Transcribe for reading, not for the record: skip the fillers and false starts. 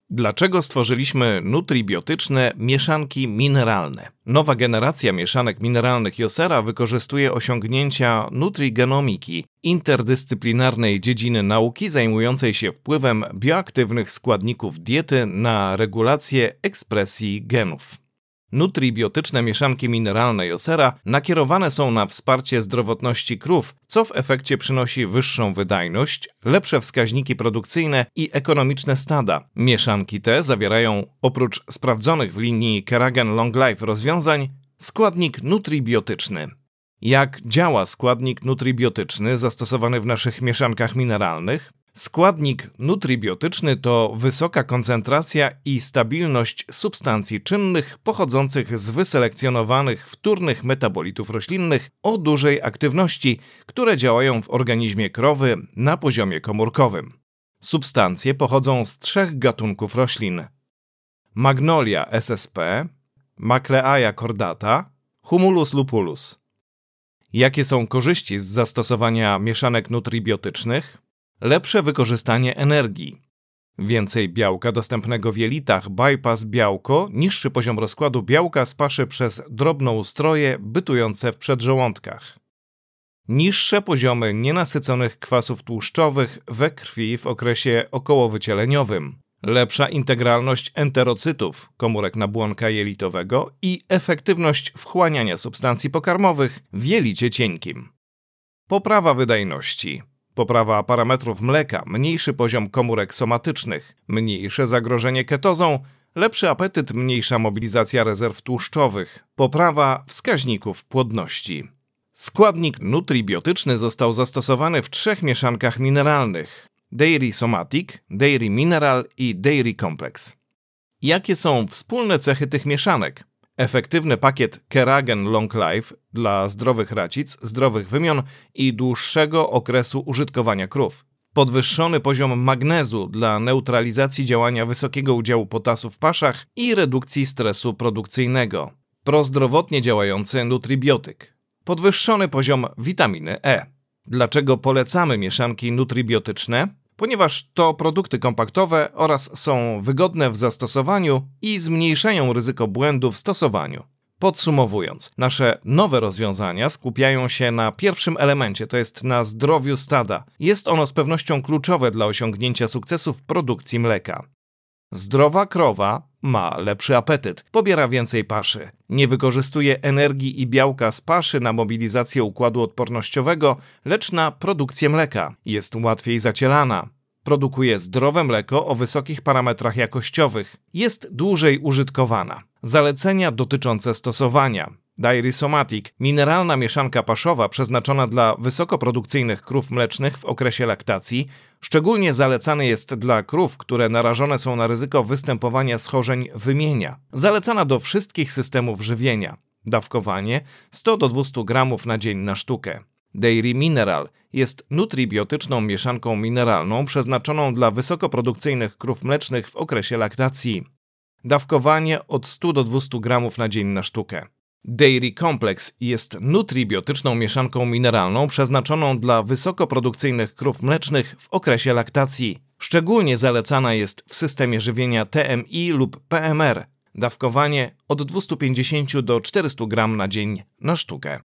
Dlaczego stworzyliśmy nutribiotyczne mieszanki mineralne? Nowa generacja mieszanek mineralnych Josera wykorzystuje osiągnięcia nutrigenomiki, interdyscyplinarnej dziedziny nauki zajmującej się wpływem bioaktywnych składników diety na regulację ekspresji genów. Nutribiotyczne mieszanki mineralne Josera nakierowane są na wsparcie zdrowotności krów, co w efekcie przynosi wyższą wydajność, lepsze wskaźniki produkcyjne i ekonomiczne stada. Mieszanki te zawierają, oprócz sprawdzonych w linii Keragen Long Life rozwiązań, składnik nutribiotyczny. Jak działa składnik nutribiotyczny zastosowany w naszych mieszankach mineralnych? Składnik nutribiotyczny to wysoka koncentracja i stabilność substancji czynnych pochodzących z wyselekcjonowanych wtórnych metabolitów roślinnych o dużej aktywności, które działają w organizmie krowy na poziomie komórkowym. Substancje pochodzą z 3 gatunków roślin: Magnolia SSP, Macleaia cordata, Humulus lupulus. Jakie są korzyści z zastosowania mieszanek nutribiotycznych? Lepsze wykorzystanie energii, więcej białka dostępnego w jelitach, bypass białko, niższy poziom rozkładu białka z paszy przez drobnoustroje bytujące w przedżołądkach, niższe poziomy nienasyconych kwasów tłuszczowych we krwi w okresie okołowycieleniowym, lepsza integralność enterocytów, komórek nabłonka jelitowego i efektywność wchłaniania substancji pokarmowych w jelicie cienkim. Poprawa wydajności. Poprawa parametrów mleka, mniejszy poziom komórek somatycznych, mniejsze zagrożenie ketozą, lepszy apetyt, mniejsza mobilizacja rezerw tłuszczowych, poprawa wskaźników płodności. Składnik nutribiotyczny został zastosowany w 3 mieszankach mineralnych: Dairy Somatic, Dairy Mineral i Dairy Complex. Jakie są wspólne cechy tych mieszanek? Efektywny pakiet Keragen Long Life dla zdrowych racic, zdrowych wymion i dłuższego okresu użytkowania krów. Podwyższony poziom magnezu dla neutralizacji działania wysokiego udziału potasu w paszach i redukcji stresu produkcyjnego. Prozdrowotnie działający nutribiotyk. Podwyższony poziom witaminy E. Dlaczego polecamy mieszanki nutribiotyczne? Ponieważ to produkty kompaktowe oraz są wygodne w zastosowaniu i zmniejszają ryzyko błędu w stosowaniu. Podsumowując, nasze nowe rozwiązania skupiają się na pierwszym elemencie, to jest na zdrowiu stada. Jest ono z pewnością kluczowe dla osiągnięcia sukcesu w produkcji mleka. Zdrowa krowa ma lepszy apetyt, pobiera więcej paszy, nie wykorzystuje energii i białka z paszy na mobilizację układu odpornościowego, lecz na produkcję mleka. Jest łatwiej zacielana. Produkuje zdrowe mleko o wysokich parametrach jakościowych. Jest dłużej użytkowana. Zalecenia dotyczące stosowania. Dairy Somatic, mineralna mieszanka paszowa przeznaczona dla wysokoprodukcyjnych krów mlecznych w okresie laktacji. Szczególnie zalecany jest dla krów, które narażone są na ryzyko występowania schorzeń wymienia. Zalecana do wszystkich systemów żywienia. Dawkowanie 100 do 200 gramów na dzień na sztukę. Dairy Mineral jest nutribiotyczną mieszanką mineralną przeznaczoną dla wysokoprodukcyjnych krów mlecznych w okresie laktacji. Dawkowanie od 100 do 200 gramów na dzień na sztukę. Dairy Complex jest nutribiotyczną mieszanką mineralną przeznaczoną dla wysokoprodukcyjnych krów mlecznych w okresie laktacji. Szczególnie zalecana jest w systemie żywienia TMI lub PMR. Dawkowanie od 250 do 400 gram na dzień na sztukę.